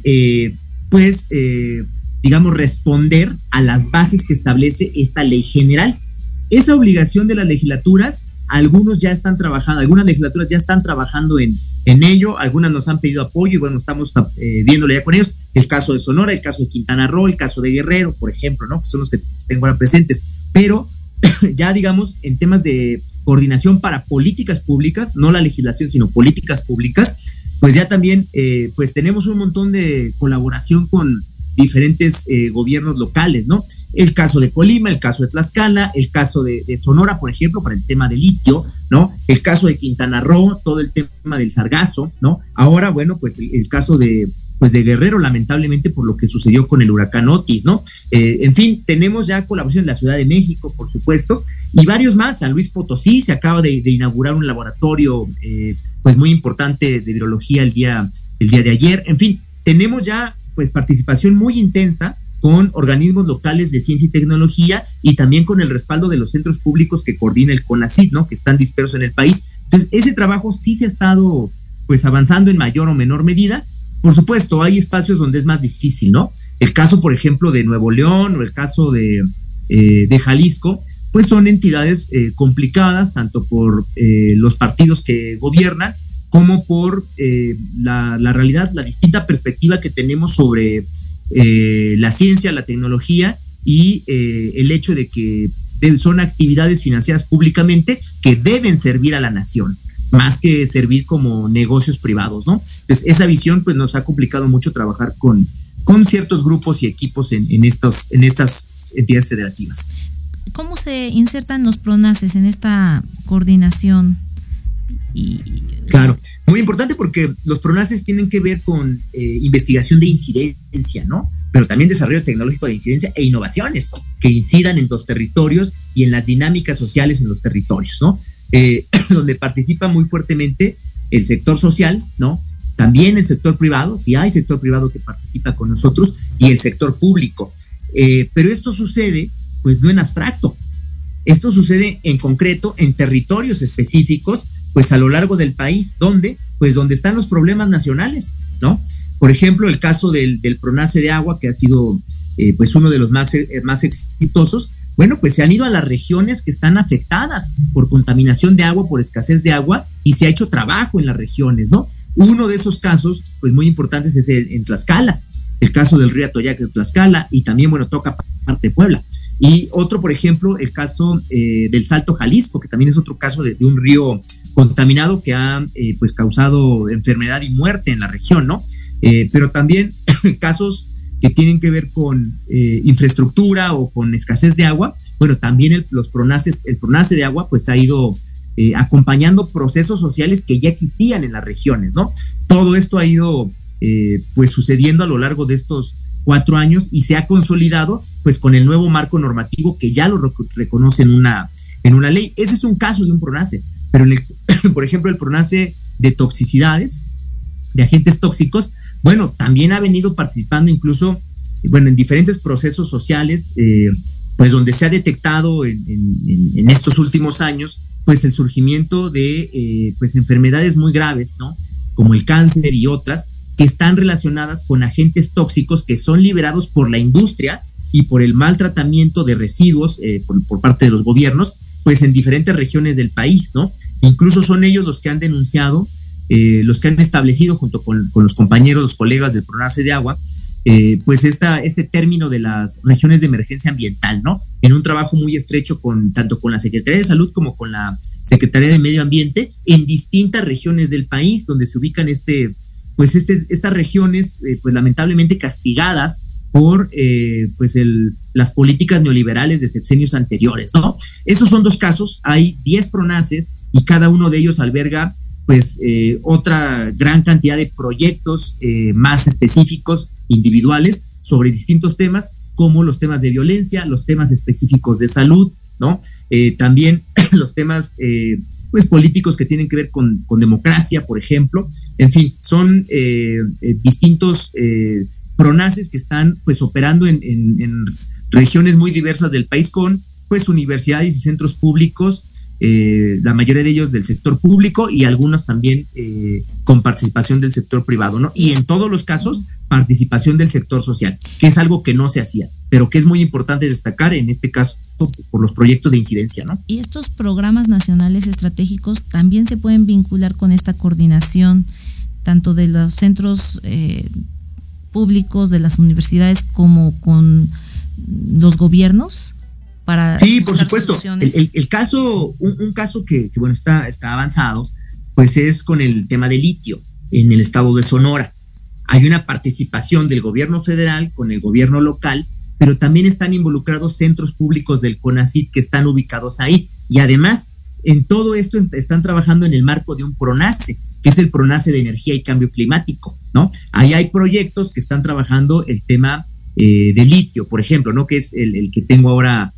responder a las bases que establece esta ley general. Esa obligación de las legislaturas, algunas legislaturas ya están trabajando en ello, algunas nos han pedido apoyo y bueno, estamos viéndolo ya con ellos. El caso de Sonora, el caso de Quintana Roo, el caso de Guerrero, por ejemplo, ¿no? Que son los que tengo ahora presentes. Pero ya digamos, en temas de coordinación para políticas públicas, no la legislación, sino políticas públicas, pues ya también pues tenemos un montón de colaboración con diferentes gobiernos locales, ¿no? El caso de Colima, el caso de Tlaxcala, el caso de Sonora, por ejemplo, para el tema del litio, ¿no? El caso de Quintana Roo, todo el tema del sargazo, ¿no? Ahora, bueno, pues el caso de Guerrero, lamentablemente, por lo que sucedió con el huracán Otis, ¿no? En fin, tenemos ya colaboración en la Ciudad de México, por supuesto, y varios más. San Luis Potosí se acaba de inaugurar un laboratorio pues muy importante de hidrología el día de ayer. En fin, tenemos ya pues participación muy intensa con organismos locales de ciencia y tecnología y también con el respaldo de los centros públicos que coordina el CONACYT, ¿no? Que están dispersos en el país. Entonces, ese trabajo sí se ha estado pues avanzando en mayor o menor medida. Por supuesto, hay espacios donde es más difícil, ¿no? El caso, por ejemplo, de Nuevo León o el caso de Jalisco, pues son entidades complicadas, tanto por los partidos que gobiernan, como por la realidad, la distinta perspectiva que tenemos sobre la ciencia, la tecnología y el hecho de que son actividades financiadas públicamente que deben servir a la nación, más que servir como negocios privados, ¿no? Entonces, esa visión pues nos ha complicado mucho trabajar con ciertos grupos y equipos en estas entidades federativas. ¿Cómo se insertan los PRONACES en esta coordinación? Claro, muy importante porque los PRONACES tienen que ver con investigación de incidencia, ¿no? Pero también desarrollo tecnológico de incidencia e innovaciones que incidan en los territorios y en las dinámicas sociales en los territorios, ¿no? Donde participa muy fuertemente el sector social, ¿no? También el sector privado, si hay sector privado que participa con nosotros, y el sector público. Pero esto sucede, pues no en abstracto, esto sucede en concreto en territorios específicos, pues a lo largo del país, donde están los problemas nacionales, ¿no? Por ejemplo, el caso del PRONACE de agua, que ha sido pues uno de los más exitosos. Bueno, pues se han ido a las regiones que están afectadas por contaminación de agua, por escasez de agua, y se ha hecho trabajo en las regiones, ¿no? Uno de esos casos, pues muy importantes, es en Tlaxcala, el caso del río Atoyac de Tlaxcala, y también, bueno, toca parte de Puebla. Y otro, por ejemplo, el caso del Salto Jalisco, que también es otro caso de un río contaminado que ha pues causado enfermedad y muerte en la región, ¿no? Pero también casos que tienen que ver con infraestructura o con escasez de agua. Bueno, también el PRONACE de agua pues ha ido acompañando procesos sociales que ya existían en las regiones, ¿no? Todo esto ha ido pues sucediendo a lo largo de estos 4 años y se ha consolidado pues con el nuevo marco normativo que ya lo reconoce en una ley. Ese es un caso de un PRONACE, pero por ejemplo el PRONACE de toxicidades, de agentes tóxicos, bueno, también ha venido participando incluso, bueno, en diferentes procesos sociales, pues donde se ha detectado en estos últimos años, pues el surgimiento de pues enfermedades muy graves, ¿no? Como el cáncer y otras, que están relacionadas con agentes tóxicos que son liberados por la industria y por el mal tratamiento de residuos por parte de los gobiernos, pues en diferentes regiones del país, ¿no? Incluso son ellos los que han denunciado, los que han establecido junto con los compañeros, los colegas del PRONACE de agua, pues este término de las regiones de emergencia ambiental, ¿no? En un trabajo muy estrecho tanto con la Secretaría de Salud como con la Secretaría de Medio Ambiente en distintas regiones del país donde se ubican estas regiones, pues lamentablemente castigadas por las políticas neoliberales de sexenios anteriores, ¿no? Esos son 2 casos, hay 10 PRONACES y cada uno de ellos alberga pues otra gran cantidad de proyectos más específicos, individuales, sobre distintos temas, como los temas de violencia, los temas específicos de salud, ¿no? También los temas pues políticos que tienen que ver con democracia, por ejemplo. En fin, son distintos PRONACES que están pues operando en regiones muy diversas del país con pues universidades y centros públicos, la mayoría de ellos del sector público y algunos también con participación del sector privado, ¿no? Y en todos los casos, participación del sector social, que es algo que no se hacía, pero que es muy importante destacar en este caso por los proyectos de incidencia, ¿no? Y estos programas nacionales estratégicos también se pueden vincular con esta coordinación, tanto de los centros públicos, de las universidades, como con los gobiernos. Sí, por supuesto. El caso, un caso que bueno, está avanzado, pues es con el tema de litio en el estado de Sonora. Hay una participación del gobierno federal con el gobierno local, pero también están involucrados centros públicos del CONACYT que están ubicados ahí. Y además, en todo esto están trabajando en el marco de un PRONACE, que es el PRONACE de Energía y Cambio Climático, ¿no? Ahí hay proyectos que están trabajando el tema de litio, por ejemplo, ¿no? Que es el que tengo ahora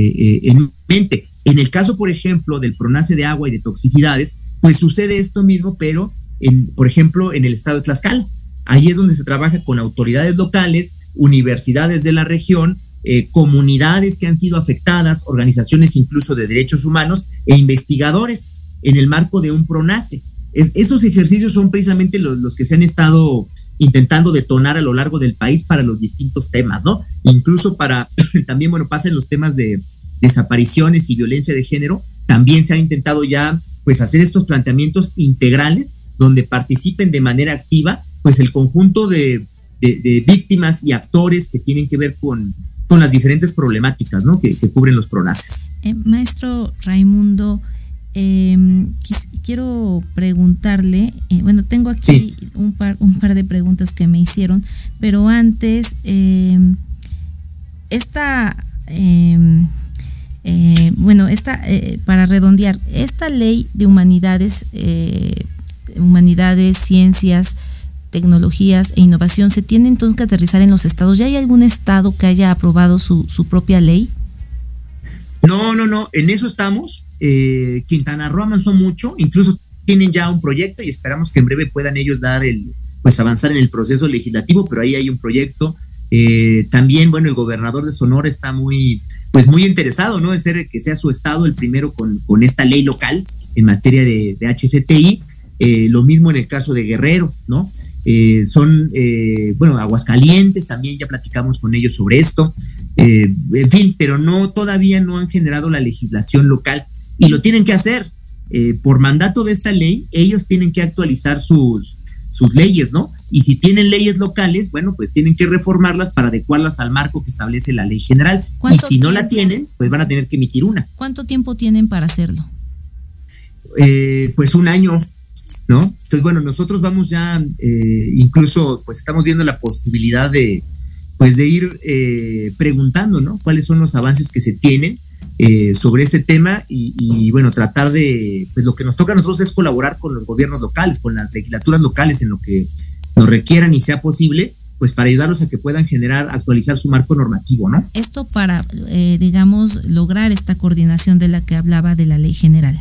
en mente. En el caso, por ejemplo, del PRONACE de agua y de toxicidades, pues sucede esto mismo, pero por ejemplo, en el estado de Tlaxcala. Ahí es donde se trabaja con autoridades locales, universidades de la región, comunidades que han sido afectadas, organizaciones incluso de derechos humanos e investigadores en el marco de un PRONACE. Esos ejercicios son precisamente los que se han estado intentando detonar a lo largo del país para los distintos temas, ¿no? Incluso también, bueno, pasa en los temas de desapariciones y violencia de género, también se ha intentado ya, pues, hacer estos planteamientos integrales donde participen de manera activa, pues, el conjunto de víctimas y actores que tienen que ver con las diferentes problemáticas, ¿no? Que cubren los PRONACES. Maestro Raimundo, quiero preguntarle, tengo aquí un par de preguntas que me hicieron, pero antes, para redondear, esta ley de humanidades, ciencias, tecnologías e innovación, ¿se tiene entonces que aterrizar en los estados? ¿Ya hay algún estado que haya aprobado su propia ley? No, en eso estamos. Quintana Roo avanzó mucho, incluso tienen ya un proyecto y esperamos que en breve puedan ellos avanzar en el proceso legislativo, pero ahí hay un proyecto. También, el gobernador de Sonora está muy interesado, ¿no? De que sea su estado el primero con esta ley local en materia de HCTI. Lo mismo en el caso de Guerrero, ¿no? Aguascalientes, también ya platicamos con ellos sobre esto. En fin, pero todavía no han generado la legislación local y lo tienen que hacer. Por mandato de esta ley, ellos tienen que actualizar sus leyes, ¿no? Y si tienen leyes locales, pues tienen que reformarlas para adecuarlas al marco que establece la ley general. Y si no la tienen, pues van a tener que emitir una. ¿Cuánto tiempo tienen para hacerlo? Un año, ¿no? Entonces, nosotros vamos ya, incluso, estamos viendo la posibilidad de ir preguntando, ¿no? Cuáles son los avances que se tienen sobre este tema y tratar de, lo que nos toca a nosotros es colaborar con los gobiernos locales, con las legislaturas locales en lo que nos requieran y sea posible, para ayudarlos a que puedan actualizar su marco normativo, ¿no? Esto para, lograr esta coordinación de la que hablaba de la ley general.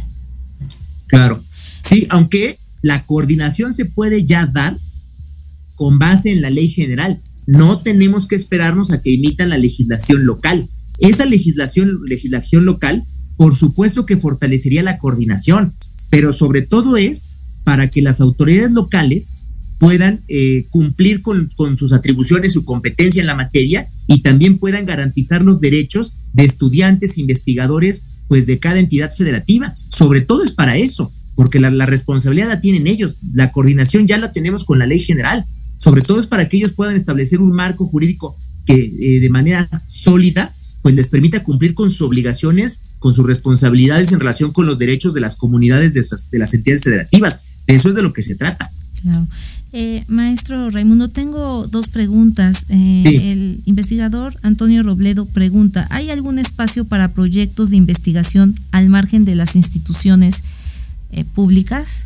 Claro, sí, aunque la coordinación se puede ya dar con base en la ley general. No tenemos que esperarnos a que emitan la legislación local. Esa legislación local, por supuesto que fortalecería la coordinación, pero sobre todo es para que las autoridades locales puedan cumplir con sus atribuciones, su competencia en la materia y también puedan garantizar los derechos de estudiantes, investigadores, de cada entidad federativa. Sobre todo es para eso, porque la responsabilidad la tienen ellos. La coordinación ya la tenemos con la ley general. Sobre todo es para que ellos puedan establecer un marco jurídico que de manera sólida les permita cumplir con sus obligaciones, con sus responsabilidades en relación con los derechos de las comunidades de las entidades federativas. De eso es de lo que se trata. Claro. Maestro Raimundo, tengo dos preguntas. Sí. El investigador Antonio Robledo pregunta, ¿hay algún espacio para proyectos de investigación al margen de las instituciones públicas?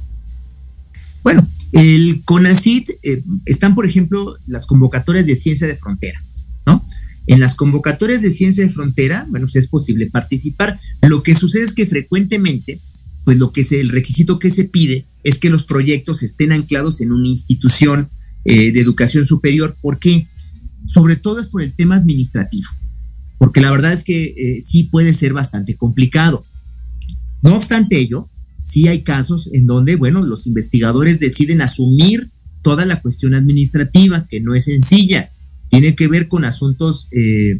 Bueno, el CONACYT, están, por ejemplo, las convocatorias de ciencia de frontera, ¿no? En las convocatorias de ciencia de frontera, es posible participar. Lo que sucede es que frecuentemente, el requisito que se pide es que los proyectos estén anclados en una institución de educación superior. ¿Por qué? Sobre todo es por el tema administrativo, porque la verdad es que sí puede ser bastante complicado. No obstante ello, sí hay casos en donde, los investigadores deciden asumir toda la cuestión administrativa, que no es sencilla. Tiene que ver con asuntos que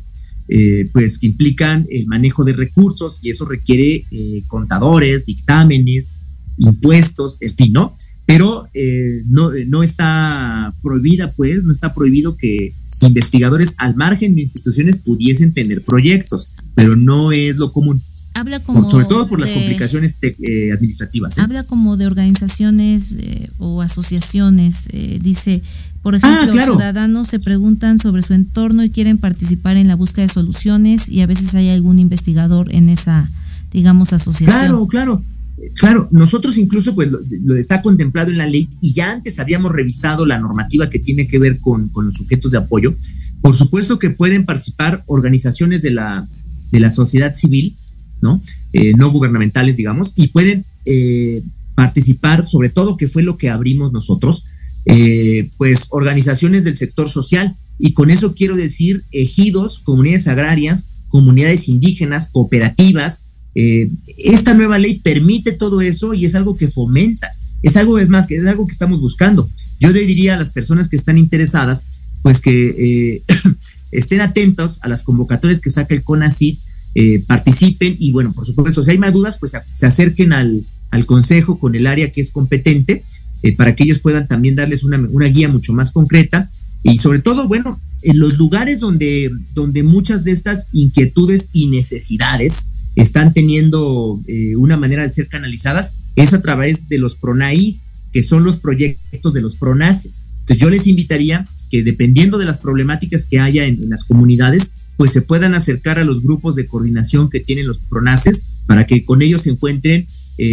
implican el manejo de recursos y eso requiere contadores, dictámenes, impuestos, en fin, ¿no? Pero no está prohibida, no está prohibido que investigadores al margen de instituciones pudiesen tener proyectos, pero no es lo común. Habla como sobre todo por las complicaciones administrativas. Habla como de organizaciones o asociaciones, dice, por ejemplo, claro. Ciudadanos se preguntan sobre su entorno y quieren participar en la búsqueda de soluciones y a veces hay algún investigador en esa, asociación. Claro, nosotros incluso lo está contemplado en la ley y ya antes habíamos revisado la normativa que tiene que ver con los sujetos de apoyo. Por supuesto que pueden participar organizaciones de la sociedad civil, ¿no? No gubernamentales, y pueden participar, sobre todo, que fue lo que abrimos nosotros, organizaciones del sector social, y con eso quiero decir ejidos, comunidades agrarias, comunidades indígenas, cooperativas. Esta nueva ley permite todo eso y es algo que fomenta, es algo que estamos buscando. Yo le diría a las personas que están interesadas, que estén atentos a las convocatorias que saca el CONACYT, participen y por supuesto, si hay más dudas, se acerquen al consejo con el área que es competente, para que ellos puedan también darles una guía mucho más concreta y sobre todo, en los lugares donde muchas de estas inquietudes y necesidades están teniendo una manera de ser canalizadas es a través de los PRONAIs, que son los proyectos de los PRONACES. Entonces yo les invitaría que, dependiendo de las problemáticas que haya en las comunidades, pues se puedan acercar a los grupos de coordinación que tienen los PRONACES para que con ellos se encuentren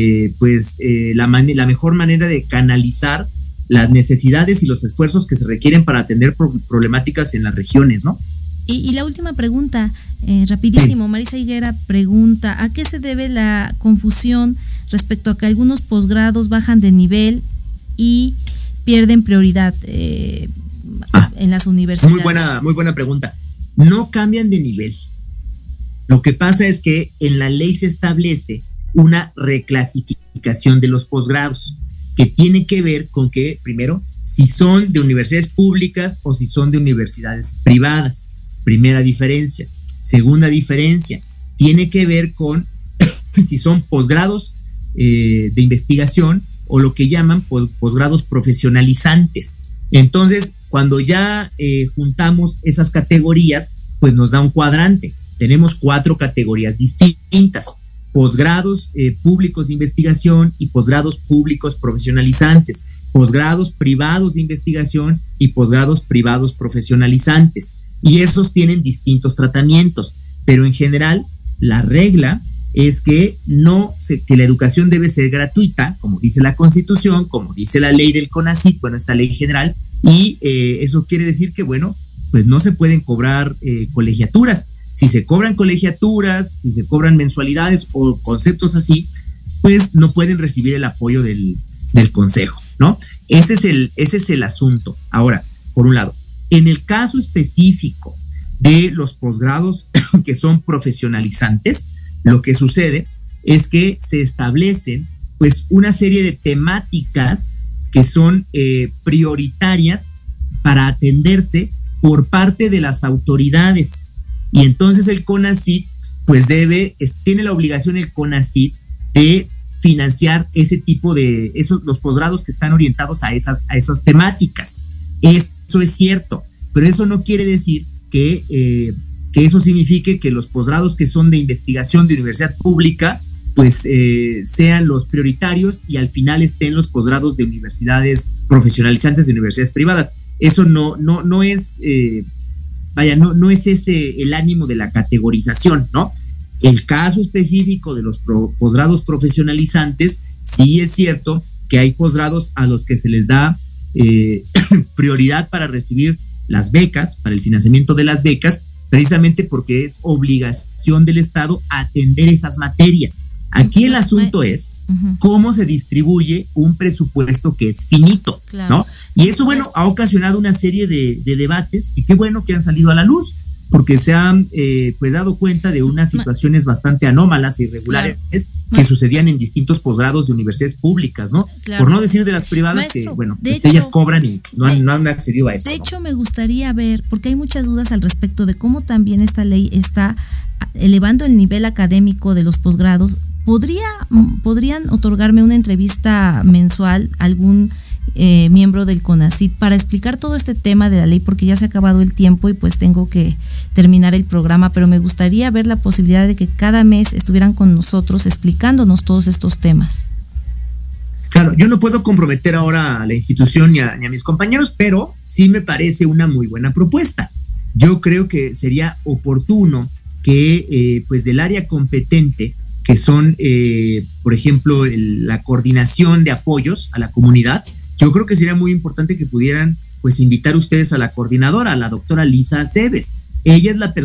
la mejor manera de canalizar las necesidades y los esfuerzos que se requieren para atender problemáticas en las regiones, ¿no? Y la última pregunta, rapidísimo, sí. Marisa Higuera pregunta, ¿a qué se debe la confusión respecto a que algunos posgrados bajan de nivel y pierden prioridad en las universidades? Muy buena pregunta. No cambian de nivel. Lo que pasa es que en la ley se establece una reclasificación de los posgrados, que tiene que ver con que, primero, si son de universidades públicas o si son de universidades privadas. Primera diferencia. Segunda diferencia, tiene que ver con si son posgrados de investigación o lo que llaman posgrados profesionalizantes. Entonces, cuando ya juntamos esas categorías, pues nos da un cuadrante. Tenemos 4 categorías distintas: posgrados públicos de investigación y posgrados públicos profesionalizantes, posgrados privados de investigación y posgrados privados profesionalizantes. Y esos tienen distintos tratamientos, pero en general la regla es que que la educación debe ser gratuita, como dice la Constitución, como dice la ley del CONACYT, esta ley general, y eso quiere decir que, pues no se pueden cobrar colegiaturas. Si se cobran colegiaturas, si se cobran mensualidades o conceptos así, pues no pueden recibir el apoyo del consejo, ¿no? Ese es el asunto. Ahora, por un lado, en el caso específico de los posgrados que son profesionalizantes, lo que sucede es que se establecen pues una serie de temáticas que son prioritarias para atenderse por parte de las autoridades. Y entonces el CONACYT pues tiene la obligación el CONACYT de financiar ese tipo de los posgrados que están orientados a esas temáticas. Eso es cierto, pero eso no quiere decir que eso signifique que los posgrados que son de investigación de universidad pública pues sean los prioritarios y al final estén los posgrados de universidades profesionalizantes de universidades privadas. Eso no es no es ese el ánimo de la categorización, ¿no? El caso específico de los posgrados profesionalizantes, sí es cierto que hay posgrados a los que se les da prioridad para recibir las becas, para el financiamiento de las becas, precisamente porque es obligación del Estado atender esas materias. Aquí el asunto es cómo se distribuye un presupuesto que es finito, claro, ¿no? Y eso, ha ocasionado una serie de debates y qué bueno que han salido a la luz, porque se han pues dado cuenta de unas situaciones bastante anómalas e irregulares, claro, que sucedían en distintos posgrados de universidades públicas, ¿no? Claro. Por no decir de las privadas, maestro, que pues ellas cobran y no han accedido a eso. De hecho, me gustaría ver, porque hay muchas dudas al respecto de cómo también esta ley está elevando el nivel académico de los posgrados. ¿Podrían otorgarme una entrevista mensual algún miembro del CONACYT para explicar todo este tema de la ley? Porque ya se ha acabado el tiempo y pues tengo que terminar el programa, pero me gustaría ver la posibilidad de que cada mes estuvieran con nosotros explicándonos todos estos temas. Claro, yo no puedo comprometer ahora a la institución ni a mis compañeros, pero sí me parece una muy buena propuesta. Yo creo que sería oportuno que pues del área competente, que son, por ejemplo, la coordinación de apoyos a la comunidad, yo creo que sería muy importante que pudieran pues invitar ustedes a la coordinadora, a la doctora Lisa Aceves. Ella es la persona